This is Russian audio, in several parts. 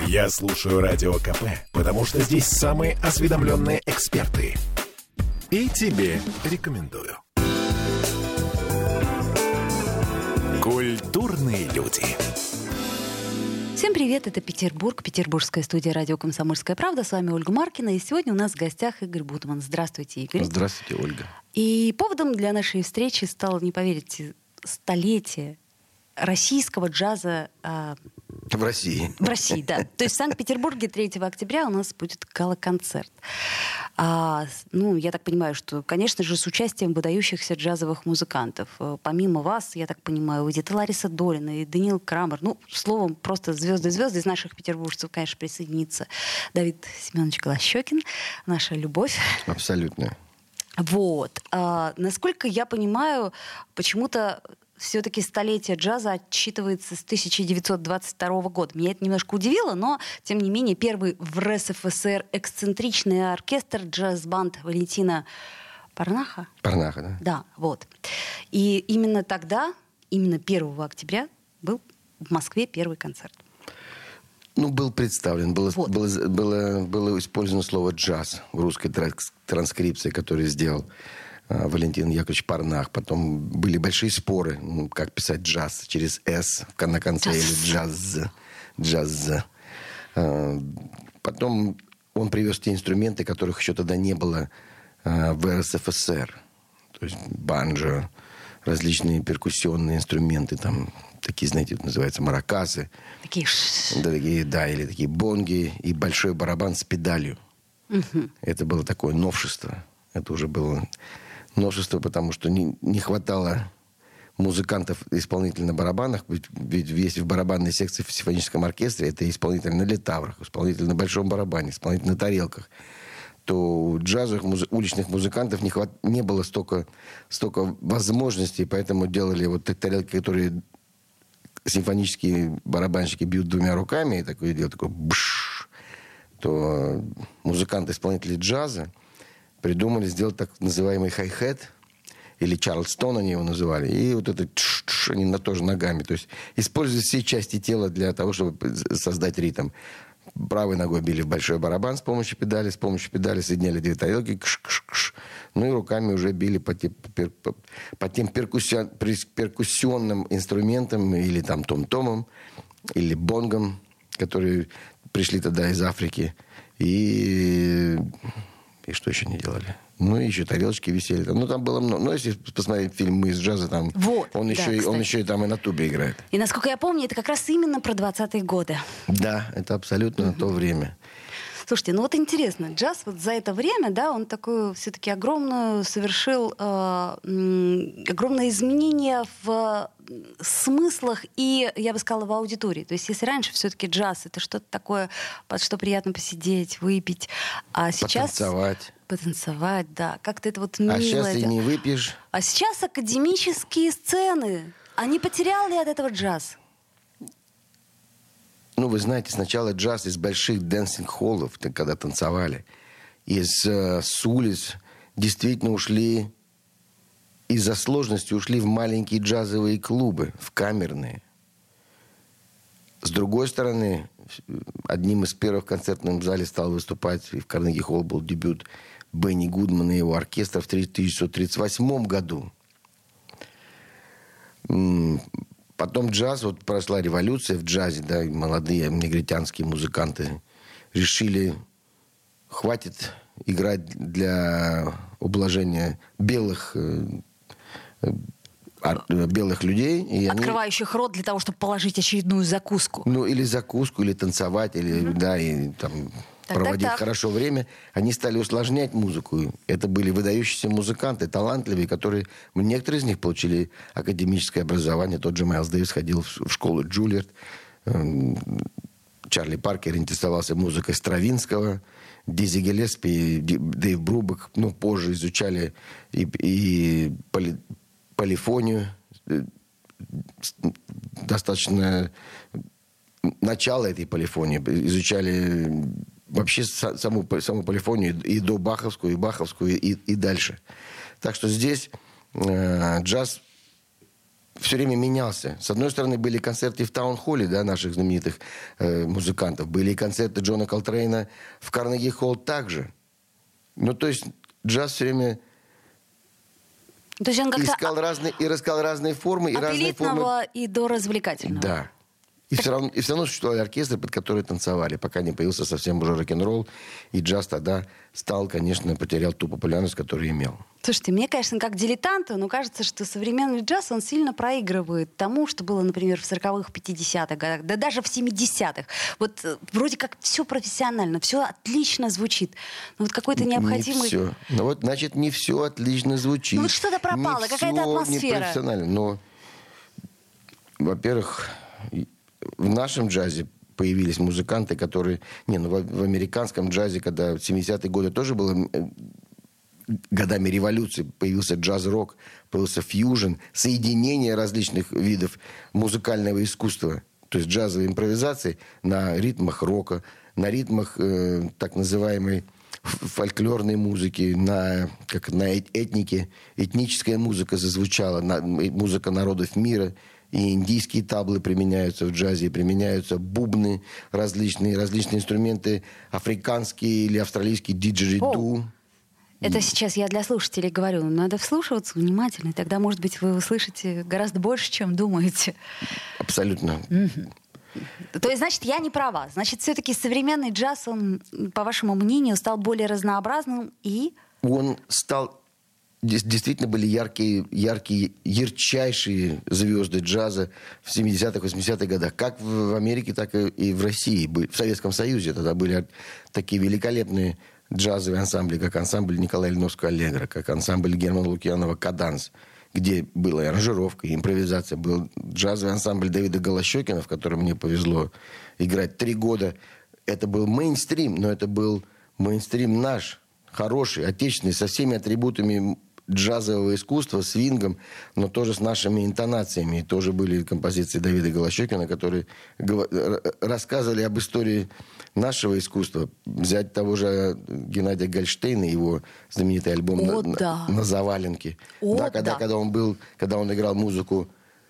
Я слушаю Радио КП, потому что здесь самые осведомленные эксперты. И тебе рекомендую. Культурные люди. Всем привет, это Петербург, петербургская студия радио «Комсомольская правда». С вами Ольга Маркина, и сегодня у нас в гостях Игорь Бутман. Здравствуйте, Игорь. Здравствуйте, Ольга. И поводом для нашей встречи стало, не поверите, столетие российского джаза в России. В России, да. То есть в Санкт-Петербурге 3 октября у нас будет гала-концерт. Я так понимаю, что, конечно же, с участием выдающихся джазовых музыкантов. Помимо вас, я так понимаю, уйдет и Лариса Долина, и Даниил Крамер. Словом, просто звезды из наших петербуржцев, конечно, присоединится Давид Семенович Голощёкин, наша любовь. Абсолютно. Вот. Насколько я понимаю, почему-то все-таки столетие джаза отсчитывается с 1922 года. Меня это немножко удивило, но, тем не менее, первый в РСФСР эксцентричный оркестр джаз-банд Валентина Парнаха. Парнаха, да? Да, вот. И именно тогда, именно 1 октября, был в Москве первый концерт. Был представлен, было использовано слово «джаз» в русской транскрипции, которую сделал Валентин Яковлевич Парнах. Потом были большие споры, как писать «джаз» через «с» на конце или «джаз». Потом он привез те инструменты, которых еще тогда не было в РСФСР. То есть банджо, различные перкуссионные инструменты, там такие, знаете, называются маракасы. Такие. Или такие бонги и большой барабан с педалью. Угу. Это было такое новшество. Это уже было новшество, потому что не хватало музыкантов, исполнителей на барабанах. Ведь есть в барабанной секции в симфоническом оркестре это исполнитель на литаврах, исполнитель на большом барабане, исполнитель на тарелках. То у джазовых уличных музыкантов не было столько возможностей, поэтому делали вот тарелки, которые симфонические барабанщики бьют двумя руками, и такое дело, такое бш. То музыканты-исполнители джаза придумали сделать так называемый хай-хет, или чарльстон они его называли, и вот это они тоже ногами. То есть используют все части тела для того, чтобы создать ритм. Правой ногой били в большой барабан с помощью педали соединяли две тарелки, и руками уже били по тем перкуссионным инструментам, или там том-томом, или бонгом, которые пришли тогда из Африки. И что еще не делали? Еще тарелочки висели. Там было много. Если посмотреть фильм «Мы из джаза», там он еще и там и на тубе играет. И, насколько я помню, это как раз именно про 20-е годы. Да, это абсолютно то время. Слушайте, интересно, джаз вот за это время, да, он такую все-таки совершил огромное изменение в смыслах и, я бы сказала, в аудитории. То есть если раньше все-таки джаз — это что-то такое, под что приятно посидеть, выпить, а сейчас... Потанцевать, да. Как-то это мило. А сейчас и не выпьешь. А сейчас академические сцены. А не потерял ли от этого джаз? Вы знаете, сначала джаз из больших дэнсинг-холлов, когда танцевали, с улиц действительно ушли, из-за сложности ушли в маленькие джазовые клубы, в камерные. С другой стороны, одним из первых в концертном зале стал выступать, и в Карнеги-холл был дебют Бенни Гудмана и его оркестра в 1938 году. Потом джаз, прошла революция в джазе, да, молодые негритянские музыканты решили, хватит играть для ублажения белых людей. И открывающих рот для того, чтобы положить очередную закуску. Или закуску, или танцевать, или, и там проводить хорошо время. Они стали усложнять музыку. Это были выдающиеся музыканты, талантливые, некоторые из них получили академическое образование. Тот же Майлз Дэвис ходил в школу Джульярд. Чарли Паркер интересовался музыкой Стравинского. Дизи Гиллеспи, Дэйв Брубек, позже изучали и полифонию. Достаточно начало этой полифонии. Изучали вообще саму полифонию и до баховскую, и баховскую, и дальше. Так что здесь джаз все время менялся. С одной стороны, были концерты в Таун-холле, да, наших знаменитых музыкантов. Были и концерты Джона Колтрейна в Карнеги-холл также. Ну, то есть джаз все время То есть он как-то искал разные формы. И от разные формы... элитного и до развлекательного. Да. И все равно существовали оркестры, под которые танцевали, пока не появился совсем уже рок-н-ролл. И джаз тогда стал, конечно, потерял ту популярность, которую имел. Слушайте, мне, конечно, как дилетанту, но кажется, что современный джаз, он сильно проигрывает тому, что было, например, в 40-х, 50-х годах, да даже в 70-х. Вот вроде как все профессионально, все отлично звучит. Но вот какой-то необходимый... Не все. Ну вот, значит, не все отлично звучит. Ну вот что-то пропало, какая-то атмосфера. Не профессионально. Но, во-первых, в нашем джазе появились музыканты, которые... в американском джазе, когда в 70-е годы тоже было... годами революции появился джаз-рок, появился фьюжн, соединение различных видов музыкального искусства. То есть джазовые импровизации на ритмах рока, на ритмах так называемой фольклорной музыки, на этнике. Этническая музыка зазвучала, музыка народов мира. И индийские таблы применяются в джазе, применяются бубны различные инструменты, африканские или австралийские диджериду. Это сейчас я для слушателей говорю. Надо вслушиваться внимательно, и тогда, может быть, вы услышите гораздо больше, чем думаете. Абсолютно. То есть, значит, я не права. Значит, все-таки современный джаз, он, по вашему мнению, стал более разнообразным и... Он стал... Действительно были яркие, ярчайшие звезды джаза в 70-х, 80-х годах. Как в Америке, так и в России. В Советском Союзе тогда были такие великолепные джазовые ансамбли, как ансамбль Николая Ильиновского «Аллегро», как ансамбль Германа Лукьянова «Каданс», где была и аранжировка, и импровизация. Был джазовый ансамбль Давида Голощекина, в котором мне повезло играть 3 года. Это был мейнстрим, но это был мейнстрим наш, хороший, отечественный, со всеми атрибутами джазового искусства, свингом, но тоже с нашими интонациями. И тоже были композиции Давида Голощекина, которые рассказывали об истории нашего искусства. Взять того же Геннадия Гольштейна, его знаменитый альбом на заваленке. Когда он играл музыку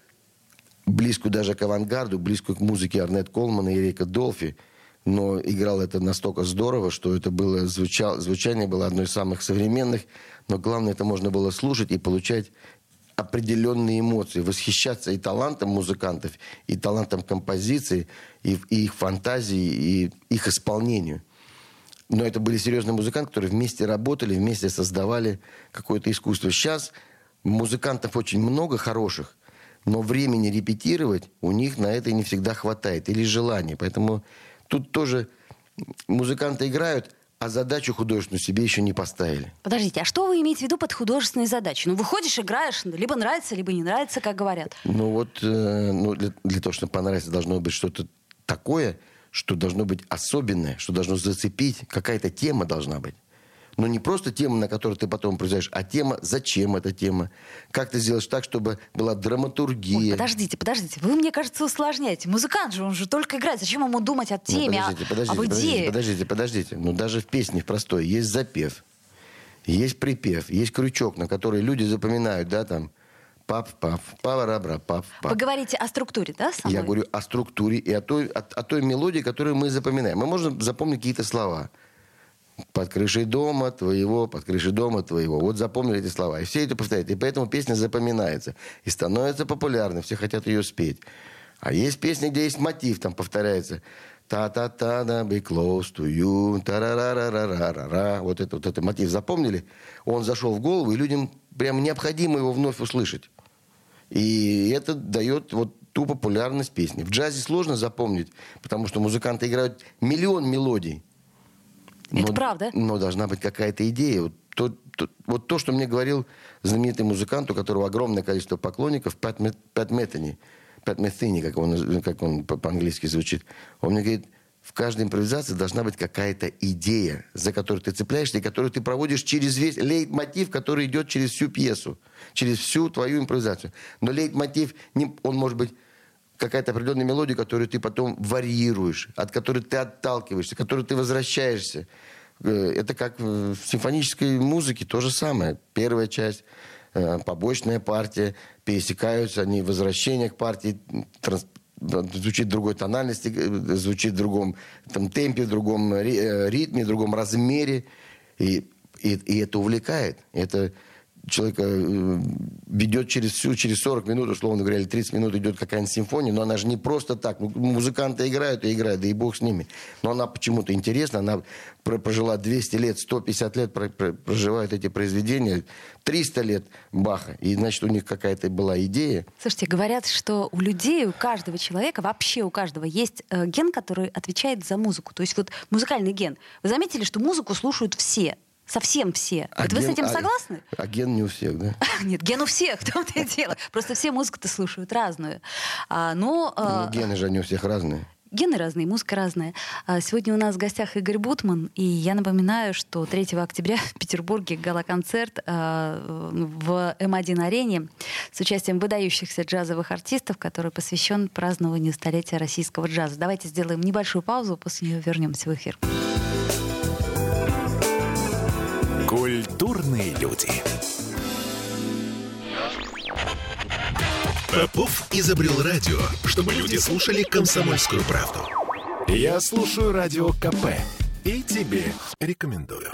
близкую даже к авангарду, близкую к музыке Орнette Колмана и Рика Долфи, но играл это настолько здорово, что это было звучание было одно из самых современных, но главное, это можно было слушать и получать определенные эмоции, восхищаться и талантом музыкантов, и талантом композиции, и их фантазии, и их исполнению. Но это были серьезные музыканты, которые вместе работали, вместе создавали какое-то искусство. Сейчас музыкантов очень много хороших, но времени репетировать у них на это не всегда хватает, или желания. Поэтому тут тоже музыканты играют, а задачу художественную себе еще не поставили. Подождите, а что вы имеете в виду под художественной задачей? Ну, выходишь, играешь, либо нравится, либо не нравится, как говорят. Ну вот, для того, чтобы понравиться, должно быть что-то такое, что должно быть особенное, что должно зацепить, какая-то тема должна быть. Но не просто тема, на которую ты потом производишь, а тема, зачем эта тема. Как ты сделаешь так, чтобы была драматургия. Ой, подождите. Вы, мне кажется, усложняете. Музыкант же, он же только играет. Зачем ему думать о теме, об идее? Подождите. Ну, даже в песне в простой есть запев, есть припев, есть крючок, на который люди запоминают, да, там, пап-пап, пава-ра-бра, пап-пап. Вы говорите о структуре, да, самой? Я говорю о структуре и о той мелодии, которую мы запоминаем. Мы можем запомнить какие-то слова. Под крышей дома твоего. Вот запомнили эти слова. И все это повторяют. И поэтому песня запоминается. И становится популярной. Все хотят ее спеть. А есть песни, где есть мотив. Там повторяется. Та-та-та-да, be close to you. Та-ра-ра-ра-ра-ра-ра. Вот этот мотив запомнили. Он зашел в голову, и людям прям необходимо его вновь услышать. И это дает вот ту популярность песни. В джазе сложно запомнить, потому что музыканты играют миллион мелодий. Это правда. Но должна быть какая-то идея. Вот то, что мне говорил знаменитый музыкант, у которого огромное количество поклонников, Пэт Мэттини, как он по-английски звучит. Он мне говорит, в каждой импровизации должна быть какая-то идея, за которую ты цепляешься, и которую ты проводишь через весь лейтмотив, который идет через всю пьесу, через всю твою импровизацию. Но лейтмотив, он может быть какая-то определенная мелодия, которую ты потом варьируешь, от которой ты отталкиваешься, к которой ты возвращаешься. Это как в симфонической музыке то же самое. Первая часть, побочная партия, пересекаются они, возвращение к партии, звучит в другой тональности, звучит в другом там, темпе, в другом ритме, в другом размере. И это увлекает. Это человека ведет через 40 минут, условно говоря, или 30 минут идет какая-нибудь симфония, но она же не просто так. Музыканты играют и играют, да и бог с ними. Но она почему-то интересна. Она прожила 200 лет, 150 лет проживают эти произведения, 300 лет Баха. И, значит, у них какая-то была идея. Слушайте, говорят, что у людей, у каждого человека, вообще у каждого есть ген, который отвечает за музыку. То есть вот музыкальный ген. Вы заметили, что музыку слушают все? Совсем все. Вот вы с этим согласны? А ген не у всех, да? Нет, ген у всех, в том-то и дело. Просто все музыку-то слушают разную. Гены же они у всех разные. Гены разные, музыка разная. Сегодня у нас в гостях Игорь Бутман. И я напоминаю, что 3 октября в Петербурге гала-концерт в М1-арене с участием выдающихся джазовых артистов, который посвящен празднованию столетия российского джаза. Давайте сделаем небольшую паузу, после нее вернемся в эфир. Культурные люди. Попов изобрел радио, чтобы люди слушали комсомольскую правду. Я слушаю радио КП и тебе рекомендую.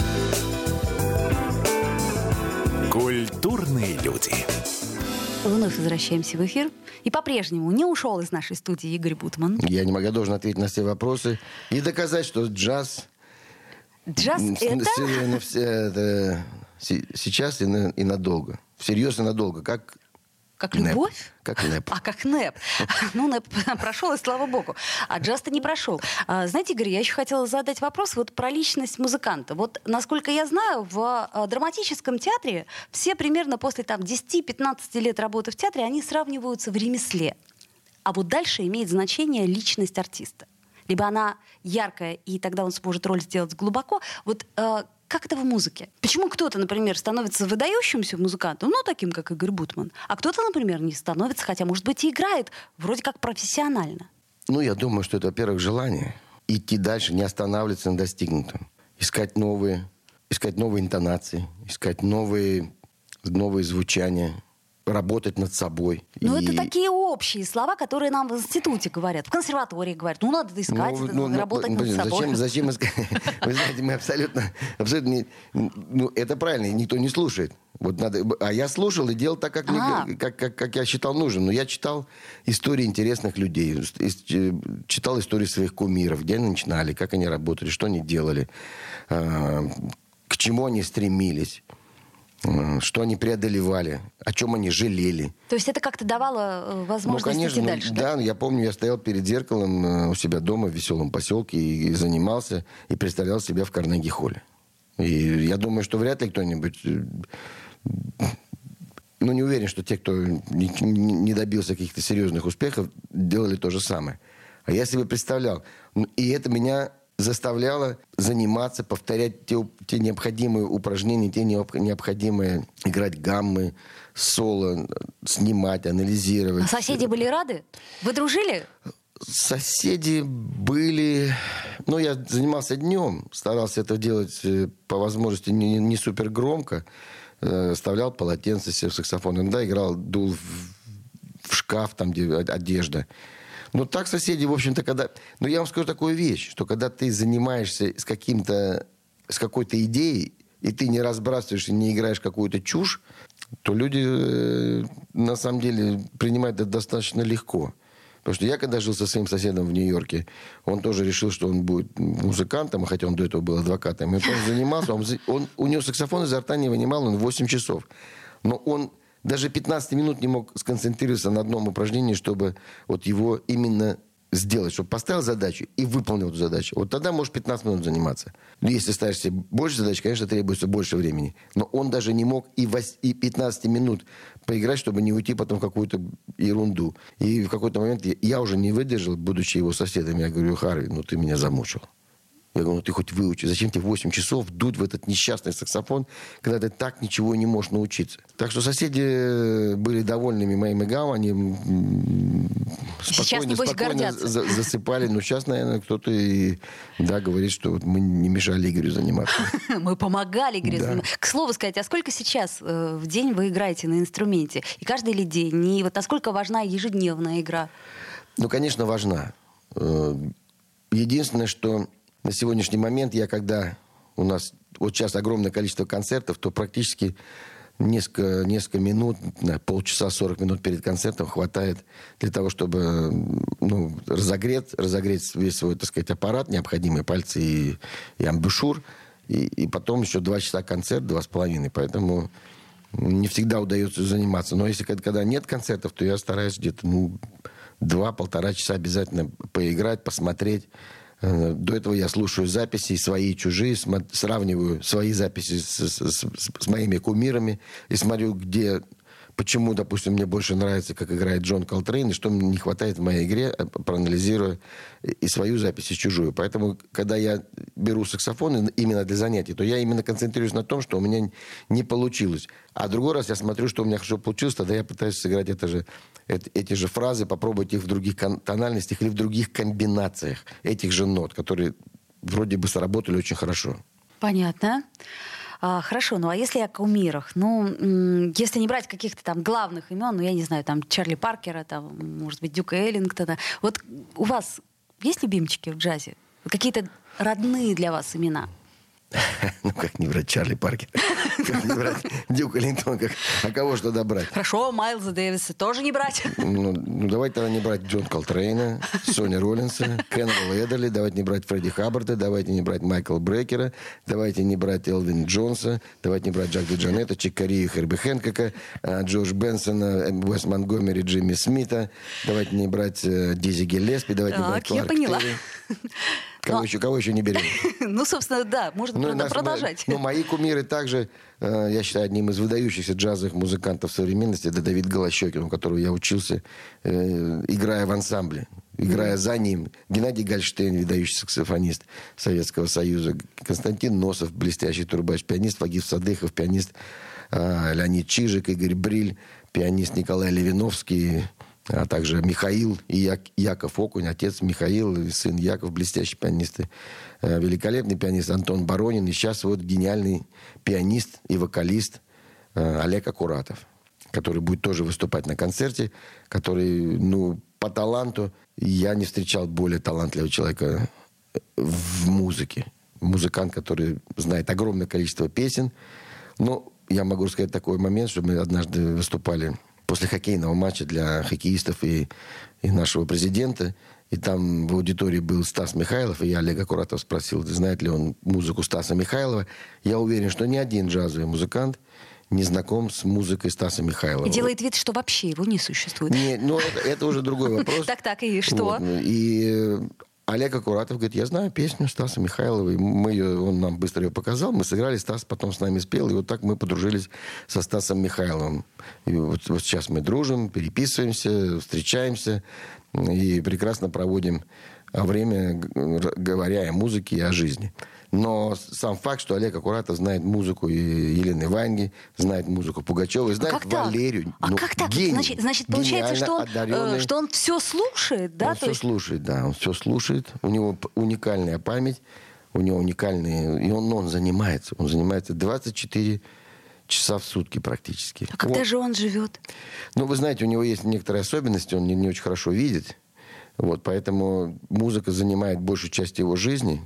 Культурные люди. Вновь возвращаемся в эфир. И по-прежнему не ушел из нашей студии Игорь Бутман. Я должен ответить на все вопросы и доказать, что джаз... Джаз это сейчас и надолго. Всерьез и надолго. Как любовь? Как НЭП. Как НЭП. Ну, НЭП прошел, и слава богу. А джаз-то не прошел. Знаете, Игорь, я еще хотела задать вопрос вот про личность музыканта. Вот, насколько я знаю, в драматическом театре все примерно после 10-15 лет работы в театре, они сравниваются в ремесле. А вот дальше имеет значение личность артиста. Либо она яркая, и тогда он сможет роль сделать глубоко. Вот как это в музыке? Почему кто-то, например, становится выдающимся музыкантом, таким, как Игорь Бутман, а кто-то, например, не становится, хотя, может быть, и играет вроде как профессионально? Я думаю, что это, во-первых, желание идти дальше, не останавливаться на достигнутом. Искать новые интонации, искать новые звучания, работать над собой. Это такие общие слова, которые нам в институте говорят, в консерватории говорят. Надо искать, работать над собой. Зачем искать? Вы знаете, мы абсолютно это правильно, никто не слушает. А я слушал и делал так, как я считал нужным. Но я читал истории интересных людей, читал истории своих кумиров, где они начинали, как они работали, что они делали, к чему они стремились. Что они преодолевали, о чем они жалели. То есть это как-то давало возможность идти дальше? Да, я помню, я стоял перед зеркалом у себя дома в веселом поселке и занимался, и представлял себя в Карнеги-холле. И я думаю, что вряд ли кто-нибудь... не уверен, что те, кто не добился каких-то серьезных успехов, делали то же самое. А я себе представлял. И это меня... заставляло заниматься, повторять те необходимые упражнения, те необходимые играть гаммы, соло, снимать, анализировать. А соседи были рады? Вы дружили? Соседи были... я занимался днем, старался это делать по возможности не супер громко, вставлял полотенце себе в саксофон, иногда играл, дул в шкаф, там, где одежда. Так соседи, в общем-то, когда... я вам скажу такую вещь, что когда ты занимаешься с какой-то идеей, и ты не разбрасываешь и не играешь какую-то чушь, то люди, на самом деле, принимают это достаточно легко. Потому что я, когда жил со своим соседом в Нью-Йорке, он тоже решил, что он будет музыкантом, хотя он до этого был адвокатом. И он занимался, у него саксофон изо рта не вынимал, он 8 часов. Но он... даже 15 минут не мог сконцентрироваться на одном упражнении, чтобы его именно сделать, чтобы поставил задачу и выполнил эту задачу. Тогда можешь 15 минут заниматься. Если ставишь себе больше задач, конечно, требуется больше времени. Но он даже не мог и 15 минут поиграть, чтобы не уйти потом в какую-то ерунду. И в какой-то момент я уже не выдержал, будучи его соседом. Я говорю: Харви, ты меня замучил. Я говорю: ты хоть выучи. Зачем тебе 8 часов дуть в этот несчастный саксофон, когда ты так ничего не можешь научиться? Так что соседи были довольными моим играм. Они Сейчас, небось, гордятся. Засыпали. Ну, сейчас, наверное, кто-то и говорит, что вот мы не мешали Игорю заниматься. Мы помогали Игорю заниматься. К слову сказать, а сколько сейчас в день вы играете на инструменте? И каждый ли день? И вот насколько важна ежедневная игра? Ну, конечно, важна. Единственное, что на сегодняшний момент когда у нас вот сейчас огромное количество концертов, то практически несколько минут, полчаса, 40 минут перед концертом хватает для того, чтобы разогреть весь свой, так сказать, аппарат, необходимые пальцы и амбушюр. И потом еще 2 часа концерт, 2,5. Поэтому не всегда удается заниматься. Но если когда нет концертов, то я стараюсь где-то 2-1,5 часа обязательно поиграть, посмотреть. До этого я слушаю записи, свои и чужие, сравниваю свои записи с моими кумирами и смотрю, почему, допустим, мне больше нравится, как играет Джон Колтрейн, и что мне не хватает в моей игре, проанализируя и свою запись, и чужую. Поэтому, когда я беру саксофон именно для занятий, то я именно концентрируюсь на том, что у меня не получилось. А другой раз я смотрю, что у меня хорошо получилось, тогда я пытаюсь сыграть эти же фразы, попробовать их в других тональностях или в других комбинациях этих же нот, которые вроде бы сработали очень хорошо. Понятно. Хорошо, ну а если о кумирах? Если не брать каких-то там главных имен, я не знаю, там Чарли Паркера, там, может быть, Дюка Эллингтона. Вот у вас есть любимчики в джазе? Какие-то родные для вас имена? Ну, как не брать Чарли Паркера? Как не брать Дюка Эллингтона? А кого что добрать? Хорошо, Майлза Дэвиса тоже не брать. Ну, давайте тогда не брать Джон Колтрейна, Сони Роллинса, Кеннела Эдерли, давайте не брать Фредди Хаббарда, давайте не брать Майкла Брекера, давайте не брать Элвин Джонса, давайте не брать Джак Ди Джанетта, Чик Корию, Херби Хэнкока, Джордж Бенсона, Уэс Монтгомери, Джимми Смита, давайте не брать Дизи Гиллеспи, давайте не брать Кларк Терри. Кого еще не берем? Ну, собственно, да, можно продолжать. Но мои кумиры также, я считаю, одним из выдающихся джазовых музыкантов современности, это Давид Голощекин, у которого я учился, играя в ансамбле, играя за ним. Геннадий Гольштейн, выдающий саксофонист Советского Союза. Константин Носов, блестящий трубач, пианист Вагиф Садыхов, пианист Леонид Чижик, Игорь Бриль, пианист Николай Левиновский, а также Михаил и Яков Окунь, отец Михаил и сын Яков, блестящие пианисты. Великолепный пианист Антон Баронин. И сейчас вот гениальный пианист и вокалист Олег Акуратов, который будет тоже выступать на концерте, который, по таланту, я не встречал более талантливого человека в музыке. Музыкант, который знает огромное количество песен. Но я могу сказать такой момент, что мы однажды выступали после хоккейного матча для хоккеистов и нашего президента. И там в аудитории был Стас Михайлов, и я Олега Акуратова спросил, знает ли он музыку Стаса Михайлова. Я уверен, что ни один джазовый музыкант не знаком с музыкой Стаса Михайлова. И делает вид, что вообще его не существует. Нет, это уже другой вопрос. Так, и что? И Олег Акуратов говорит, я знаю песню Стаса Михайлова. И он нам быстро ее показал. Мы сыграли, Стас потом с нами спел. И вот так мы подружились со Стасом Михайловым. И вот сейчас мы дружим, переписываемся, встречаемся. И прекрасно проводим время, говоря о музыке и о жизни. Но сам факт, что Олег Акуратов знает музыку и Елены Ваенги, знает музыку Пугачевой, знает Валерию. Как так? Гений. Значит, получается, что он все слушает, да? Он все слушает, да. Он все слушает. У него уникальная память, у него уникальные... И он занимается. Он занимается 24 часа в сутки практически. А когда же он живет? Вы знаете, у него есть некоторые особенности. Он не очень хорошо видит. Поэтому музыка занимает большую часть его жизни.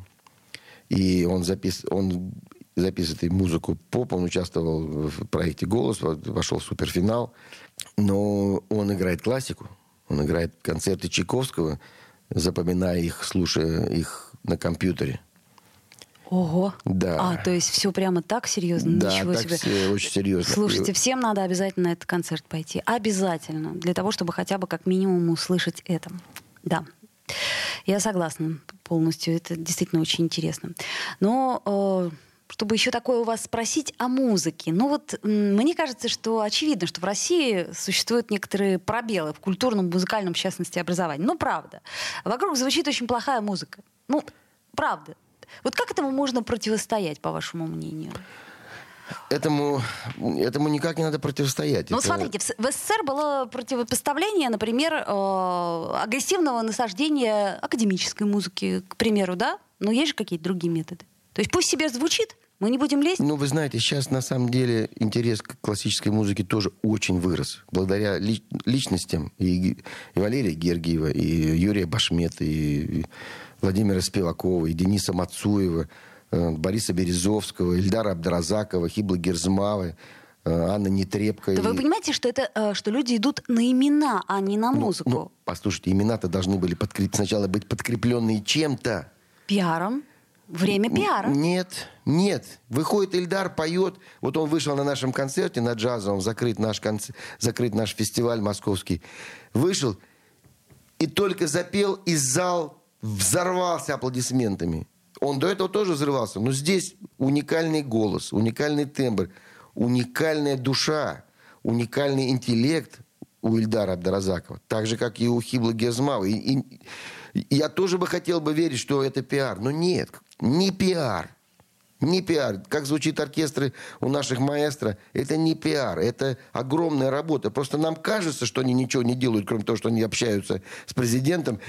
И он записывает и музыку поп, он участвовал в проекте «Голос», вошел в суперфинал. Но он играет классику, он играет концерты Чайковского, запоминая их, слушая их на компьютере. Ого. Да. То есть все прямо так серьезно? Да, Ничего так себе. Очень серьезно. Слушайте, всем надо обязательно на этот концерт пойти. Обязательно. Для того, чтобы хотя бы как минимум услышать это. Да. Я согласна полностью. Это действительно очень интересно. Но чтобы еще такое у вас спросить о музыке. Мне кажется, что очевидно, что в России существуют некоторые пробелы в культурном, музыкальном, в частности, образовании. Правда. Вокруг звучит очень плохая музыка. Правда. Как этому можно противостоять, по вашему мнению? Этому никак не надо противостоять. Ну, смотрите, в СССР было противопоставление, например, агрессивного насаждения академической музыки, к примеру, да? Но есть же какие-то другие методы. То есть пусть себе звучит, мы не будем лезть? Ну, вы знаете, сейчас на самом деле интерес к классической музыке тоже очень вырос. Благодаря личностям и Валерия Гергиева, и Юрия Башмета, и Владимира Спивакова, и Дениса Мацуева, Бориса Березовского, Ильдара Абдразакова, Хиблы Герзмавы, Анны Нетребко. Да вы понимаете, что люди идут на имена, а не на музыку? Ну, послушайте, имена-то должны были сначала быть подкрепленные чем-то. Пиаром. Время пиара. Нет. Выходит Ильдар, поет. Вот он вышел на нашем концерте, на джазовом, закрыт наш фестиваль московский. Вышел и только запел, и зал взорвался аплодисментами. Он до этого тоже взрывался. Но здесь уникальный голос, уникальный тембр, уникальная душа, уникальный интеллект у Ильдара Абдразакова. Так же, как и у Хиблы Герзмавы. И я тоже бы хотел бы верить, что это пиар. Но нет, не пиар. Не пиар. Как звучит оркестры у наших маэстро, это не пиар. Это огромная работа. Просто нам кажется, что они ничего не делают, кроме того, что они общаются с президентом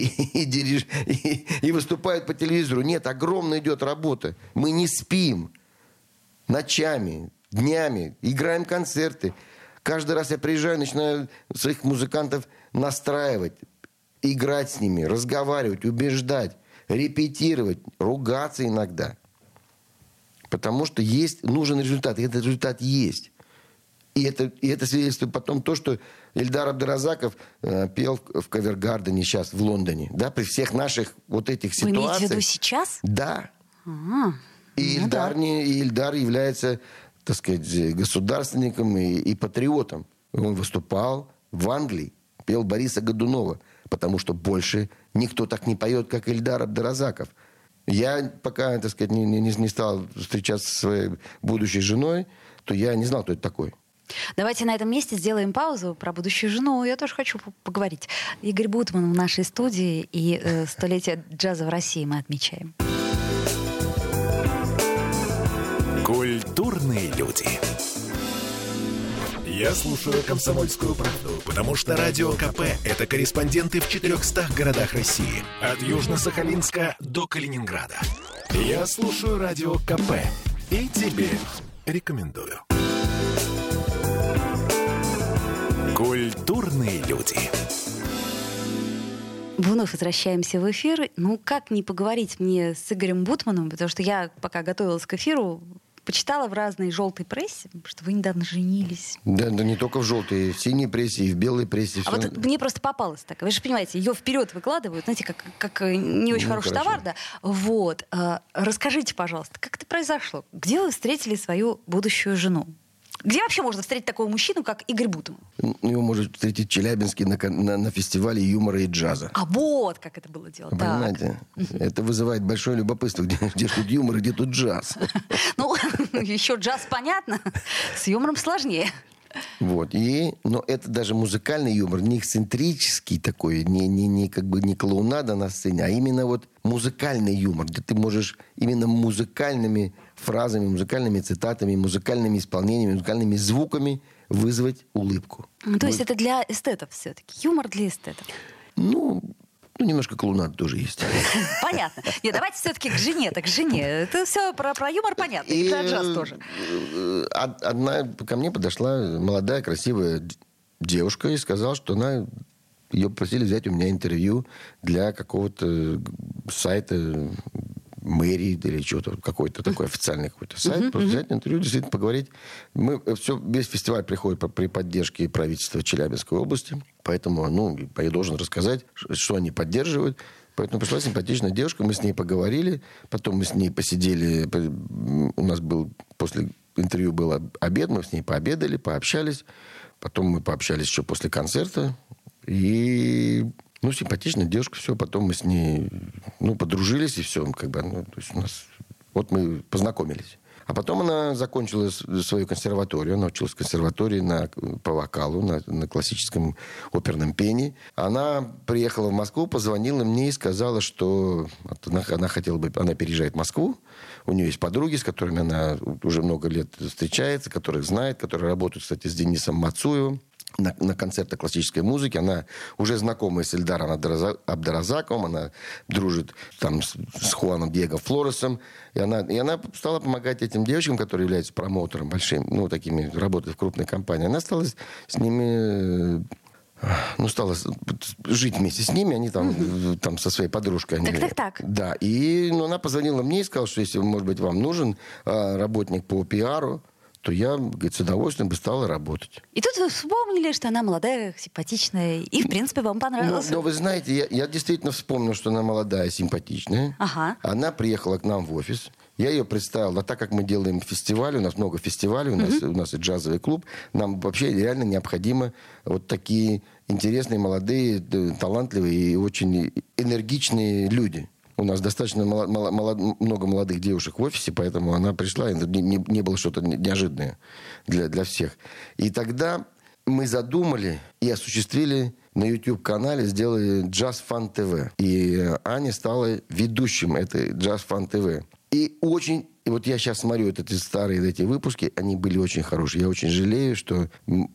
и выступают по телевизору. Нет, огромная идет работа. Мы не спим ночами, днями, играем концерты. Каждый раз я приезжаю, начинаю своих музыкантов настраивать, играть с ними, разговаривать, убеждать, репетировать, ругаться иногда. Потому что нужен результат, и этот результат есть. И это свидетельствует потом то, что Ильдар Абдразаков пел в Ковер-Гардене сейчас, в Лондоне. Да, при всех наших вот этих ситуациях. Вы имеете в виду сейчас? Да. И Ильдар является, так сказать, государственником и патриотом. Он выступал в Англии, пел Бориса Годунова, потому что больше никто так не поет, как Ильдар Абдразаков. Я пока, так сказать, не стал встречаться со своей будущей женой, то я не знал, кто это такой. Давайте на этом месте сделаем паузу. Про будущую жену я тоже хочу поговорить. Игорь Бутман в нашей студии, и 100-летие джаза в России мы отмечаем. Культурные люди. Я слушаю «Комсомольскую правду», потому что Радио КП – это корреспонденты в 400 городах России. От Южно-Сахалинска до Калининграда. Я слушаю Радио КП и тебе рекомендую. Культурные люди. Вновь возвращаемся в эфир. Ну, как не поговорить мне с Игорем Бутманом, потому что я, пока готовилась к эфиру, почитала в разной желтой прессе, что вы недавно женились. Да не только в желтой, в синей прессе, и в белой прессе. А вот мне просто попалось так. Вы же понимаете, ее вперед выкладывают, знаете, как не очень хороший товар, да? Вот. Расскажите, пожалуйста, как это произошло? Где вы встретили свою будущую жену? Где вообще можно встретить такого мужчину, как Игорь Бутман? Его можно встретить в Челябинске на фестивале юмора и джаза. А вот как это было дело. Понимаете? Это вызывает большое любопытство. Где тут юмор, где тут джаз? Ну, еще джаз понятно. С юмором сложнее. Вот. Но это даже музыкальный юмор, не эксцентрический такой, не клоунада на сцене, а именно вот музыкальный юмор, где ты можешь именно музыкальными фразами, музыкальными цитатами, музыкальными исполнениями, музыкальными звуками вызвать улыбку. То есть это для эстетов все-таки? Юмор для эстетов? Ну, немножко клоунада тоже есть. Понятно. Нет, давайте все-таки к жене. Это все про юмор понятно. И про джаз тоже. Одна ко мне подошла молодая, красивая девушка и сказала, что ее просили взять у меня интервью для какого-то сайта мэрии или чего-то, какой-то такой официальный какой-то сайт, просто взять интервью, действительно поговорить. Весь фестиваль приходит при поддержке правительства Челябинской области, поэтому, я должен рассказать, что они поддерживают. Поэтому пришла симпатичная девушка, мы с ней поговорили, потом мы с ней посидели, у нас после интервью был обед, мы с ней пообедали, пообщались, потом мы пообщались еще после концерта, и... симпатичная девушка, все. Потом мы с ней, подружились, и все. То есть у нас... Вот мы познакомились. А потом она закончила свою консерваторию. Она училась в консерватории по вокалу, на классическом оперном пении. Она приехала в Москву, позвонила мне и сказала, что она переезжает в Москву. У нее есть подруги, с которыми она уже много лет встречается, которых знает, которые работают, кстати, с Денисом Мацуевым на концертах классической музыки. Она уже знакомая с Эльдаром Абдаразаковым, она дружит там с Хуаном Диего Флоресом. И она стала помогать этим девочкам, которые являются промоутером большим, такими, работают в крупной компании. Она стала с ними... стала жить вместе с ними, они там со своей подружкой. Так. Да, и она позвонила мне и сказала, что если, может быть, вам нужен работник по пиару, то я, говорит, с удовольствием бы стала работать. И тут вы вспомнили, что она молодая, симпатичная, и, в принципе, вам понравилось. Но вы знаете, я действительно вспомнил, что она молодая, симпатичная. Ага. Она приехала к нам в офис. Я ее представил. А так как мы делаем фестивали, у нас много фестивалей, у нас и джазовый клуб, нам вообще реально необходимо вот такие интересные, молодые, талантливые и очень энергичные люди. У нас достаточно много молодых девушек в офисе, поэтому она пришла, и не было что-то неожиданное для всех. И тогда мы задумали и осуществили на YouTube-канале, сделали Jazz Fun TV. И Аня стала ведущим этой Jazz Fun TV. И вот я сейчас смотрю эти старые выпуски, они были очень хорошие. Я очень жалею, что...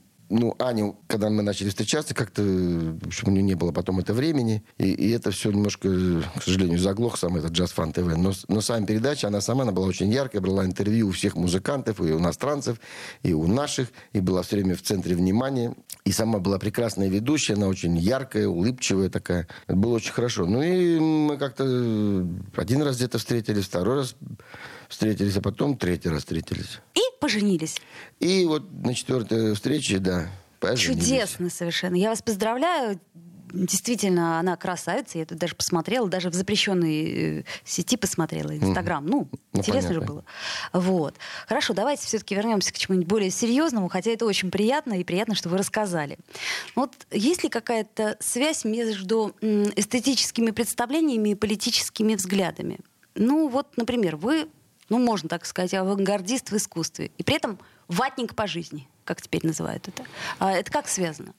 Аня, когда мы начали встречаться, как-то, в общем, у нее не было потом это времени. И это все немножко, к сожалению, заглох сам этот Jazz Fun TV. Но сама передача, она была очень яркая, брала интервью у всех музыкантов, и у иностранцев, и у наших, и была все время в центре внимания. И сама была прекрасная ведущая, она очень яркая, улыбчивая такая. Это было очень хорошо. И мы как-то один раз где-то встретились, второй раз встретились, а потом третий раз встретились. И поженились. И вот на 4-й встрече, да, поженились. Чудесно совершенно. Я вас поздравляю. Действительно, она красавица. Я тут даже посмотрела, даже в запрещенной сети посмотрела, Инстаграм. Интересно же было. Вот. Хорошо, давайте все-таки вернемся к чему-нибудь более серьезному, хотя это очень приятно, и приятно, что вы рассказали. Вот есть ли какая-то связь между эстетическими представлениями и политическими взглядами? Например, вы, можно так сказать, авангардист в искусстве, и при этом ватник по жизни, как теперь называют это. Это как связано?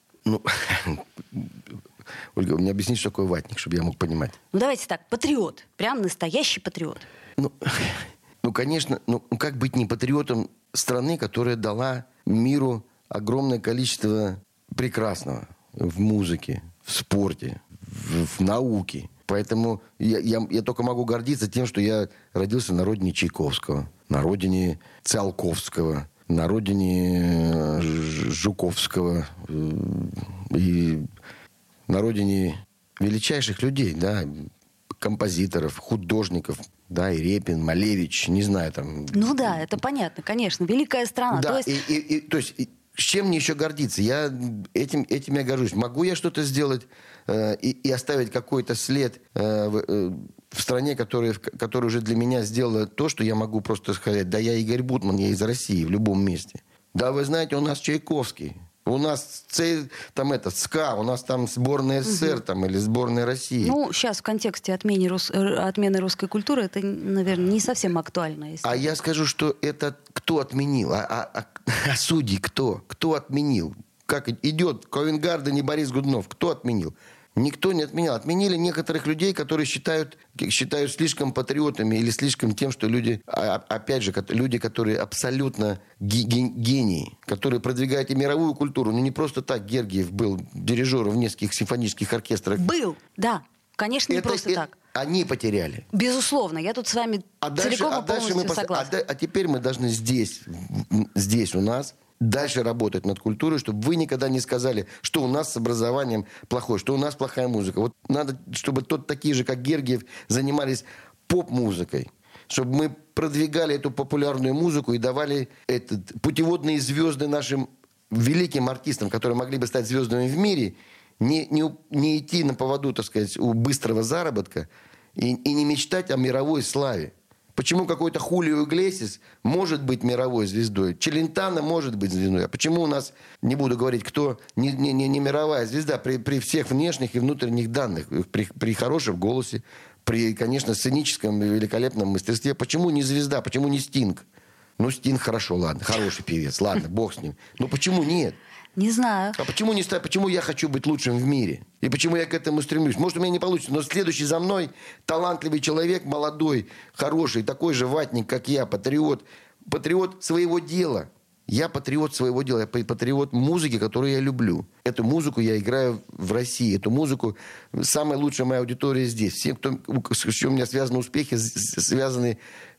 Ольга, мне объясните, что такое ватник, чтобы я мог понимать. Давайте так, патриот. Прям настоящий патриот. Конечно, как быть не патриотом страны, которая дала миру огромное количество прекрасного в музыке, в спорте, в науке. Поэтому я только могу гордиться тем, что я родился на родине Чайковского, на родине Циолковского, на родине Жуковского и на родине величайших людей, да, композиторов, художников, да, и Репин, Малевич, не знаю, там... Это понятно, конечно, великая страна. Да, то есть с чем мне еще гордиться? Этим я горжусь. Могу я что-то сделать и оставить какой-то след в стране, которая уже для меня сделала то, что я могу просто сказать, да, я Игорь Бутман, я из России, в любом месте. Да, вы знаете, у нас Чайковский. У нас СКА, у нас там сборная СССР или сборная России. Сейчас в контексте отмены русской культуры это, наверное, не совсем актуально. А я скажу, что это кто отменил? А судьи кто? Кто отменил? Как идет Ковенгарден и Борис Годунов? Кто отменил? Никто не отменял. Отменили некоторых людей, которые считают слишком патриотами или слишком тем, что люди, опять же, люди, которые абсолютно гении, которые продвигают и мировую культуру. Не просто так Гергиев был дирижером в нескольких симфонических оркестрах. Был, да. Конечно, не просто так. Они потеряли. Безусловно. Я тут с вами целиком и полностью согласна. А теперь мы должны здесь у нас дальше работать над культурой, чтобы вы никогда не сказали, что у нас с образованием плохое, что у нас плохая музыка. Вот надо, чтобы такие же, как Гергиев, занимались поп-музыкой. Чтобы мы продвигали эту популярную музыку и давали путеводные звезды нашим великим артистам, которые могли бы стать звездами в мире, не идти на поводу, так сказать, у быстрого заработка и не мечтать о мировой славе. Почему какой-то Хулио Иглесиас может быть мировой звездой? Челентано может быть звездой. А почему у нас, не буду говорить, кто не мировая звезда, при всех внешних и внутренних данных, при хорошем голосе, при, конечно, сценическом и великолепном мастерстве, почему не звезда, почему не Стинг? Ну, Стинг хорошо, ладно, хороший певец, ладно, бог с ним. Но почему нет? Не знаю. А почему не стать? Почему я хочу быть лучшим в мире? И почему я к этому стремлюсь? Может, у меня не получится, но следующий за мной талантливый человек, молодой, хороший, такой же ватник, как я, патриот. Патриот своего дела. Я патриот своего дела. Я патриот музыки, которую я люблю. Эту музыку я играю в России. Эту музыку самая лучшая моя аудитория здесь. Все, с чем у меня связаны успехи, связаны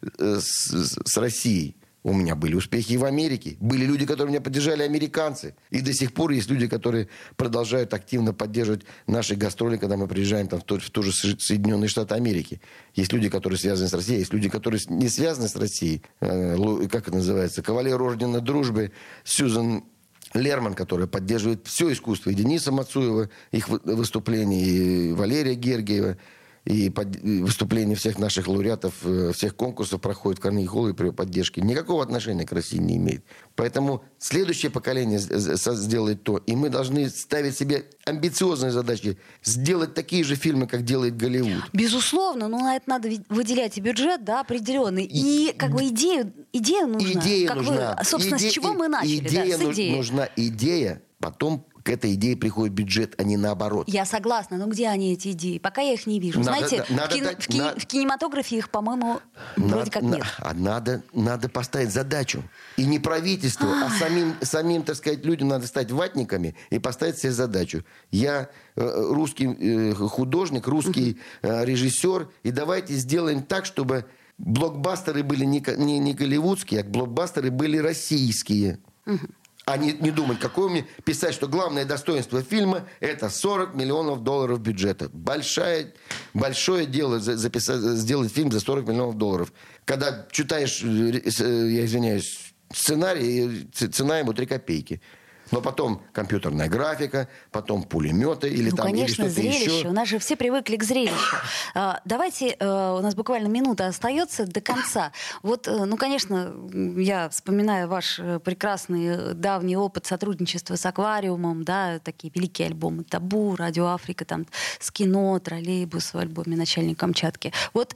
с Россией. У меня были успехи и в Америке. Были люди, которые меня поддержали, американцы. И до сих пор есть люди, которые продолжают активно поддерживать наши гастроли, когда мы приезжаем там, в ту же Соединенные Штаты Америки. Есть люди, которые связаны с Россией, есть люди, которые не связаны с Россией. Как это называется? Кавалер ордена дружбы Сьюзан Лерман, которая поддерживает все искусство. И Дениса Мацуева, их выступления, и Валерия Гергиева. И выступления всех наших лауреатов, всех конкурсов проходят в Карнеги-холле при поддержке. Никакого отношения к России не имеет. Поэтому следующее поколение сделает то. И мы должны ставить себе амбициозные задачи. Сделать такие же фильмы, как делает Голливуд. Безусловно, но на это надо выделять и бюджет, да, определенный. И как бы идея нужна. Идея как нужна. Собственно, с чего мы начали? Идея с идеи. Нужна идея, потом к этой идее приходит бюджет, а не наоборот. Я согласна, но где они, эти идеи? Пока я их не вижу. Знаете, в кинематографе их, по-моему, вроде как нет. Надо поставить задачу. И не правительству, а самим, так сказать, людям надо стать ватниками и поставить себе задачу. Я русский художник, русский режиссер, и давайте сделаем так, чтобы блокбастеры были не голливудские, а блокбастеры были российские. А не думать, какое мне писать, что главное достоинство фильма – это $40 миллионов бюджета. Большое дело сделать фильм за $40 миллионов. Когда читаешь, я извиняюсь, сценарий, цена ему 3 копейки. Но потом компьютерная графика, потом пулеметы или там конечно, или что-то зрелище. еще. У нас же все привыкли к зрелищу. Давайте, у нас буквально минута остается до конца. Вот, конечно, я вспоминаю ваш прекрасный давний опыт сотрудничества с «Аквариумом», да, такие великие альбомы «Табу», «Радио Африка», там, с кино, «Троллейбус» в альбоме «Начальник Камчатки». Вот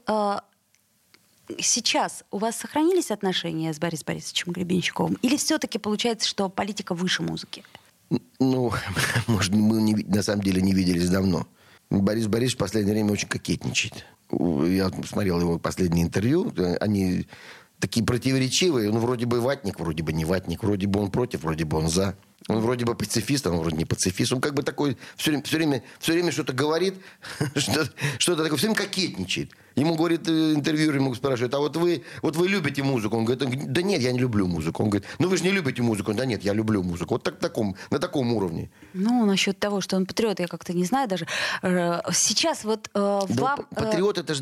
сейчас у вас сохранились отношения с Борисом Борисовичем Гребенщиковым? Или все-таки получается, что политика выше музыки? Ну, может, мы на самом деле не виделись давно. Борис Борисович в последнее время очень кокетничает. Я смотрел его последнее интервью. Они такие противоречивые. Он вроде бы ватник, вроде бы не ватник. Вроде бы он против, вроде бы он за. Он вроде бы пацифист, он вроде не пацифист. Он как бы такой все время что-то говорит, что-то такое, все время кокетничает. Ему говорит интервьюер, ему спрашивают, а вот вы любите музыку? Он говорит, да нет, я не люблю музыку. Он говорит, ну вы же не любите музыку. Да нет, я люблю музыку. Вот на таком уровне. Ну, насчет того, что он патриот, я как-то не знаю даже. Сейчас вот вам... Патриот, это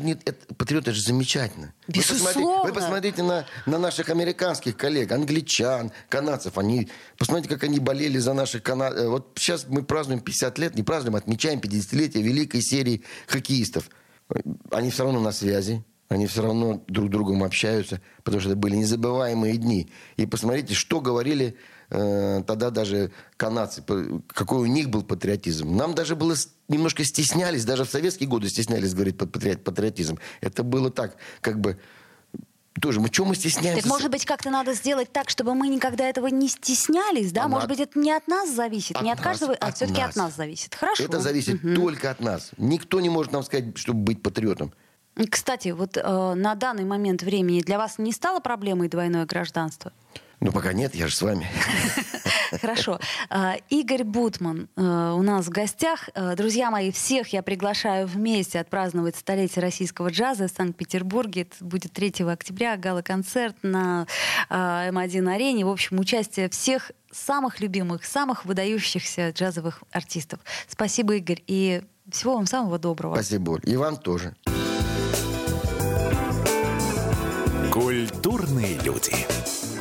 же замечательно. Безусловно. Вы посмотрите на наших американских коллег, англичан, канадцев. Посмотрите, как они болели за наших канадцев. Вот сейчас мы празднуем 50 лет, не празднуем, отмечаем 50-летие великой серии хоккеистов. Они все равно на связи, они все равно друг с другом общаются, потому что это были незабываемые дни. И посмотрите, что говорили тогда даже канадцы, какой у них был патриотизм. Нам даже было немножко стеснялись, даже в советские годы стеснялись говорить патриотизм. Это было так, как бы... Тоже, чего мы стесняемся? Так, может быть, как-то надо сделать так, чтобы мы никогда этого не стеснялись, да? Может быть, это не от нас зависит, не от каждого, а все-таки от нас зависит. Хорошо. Это зависит только от нас. Никто не может нам сказать, чтобы быть патриотом. Кстати, вот на данный момент времени для вас не стало проблемой двойное гражданство? Ну, пока нет, я же с вами. Хорошо. Игорь Бутман у нас в гостях. Друзья мои, всех я приглашаю вместе отпраздновать столетие российского джаза в Санкт-Петербурге. Это будет 3 октября, гала-концерт на М1-арене. В общем, участие всех самых любимых, самых выдающихся джазовых артистов. Спасибо, Игорь, и всего вам самого доброго. Спасибо, Оль. И вам тоже. Культурные люди.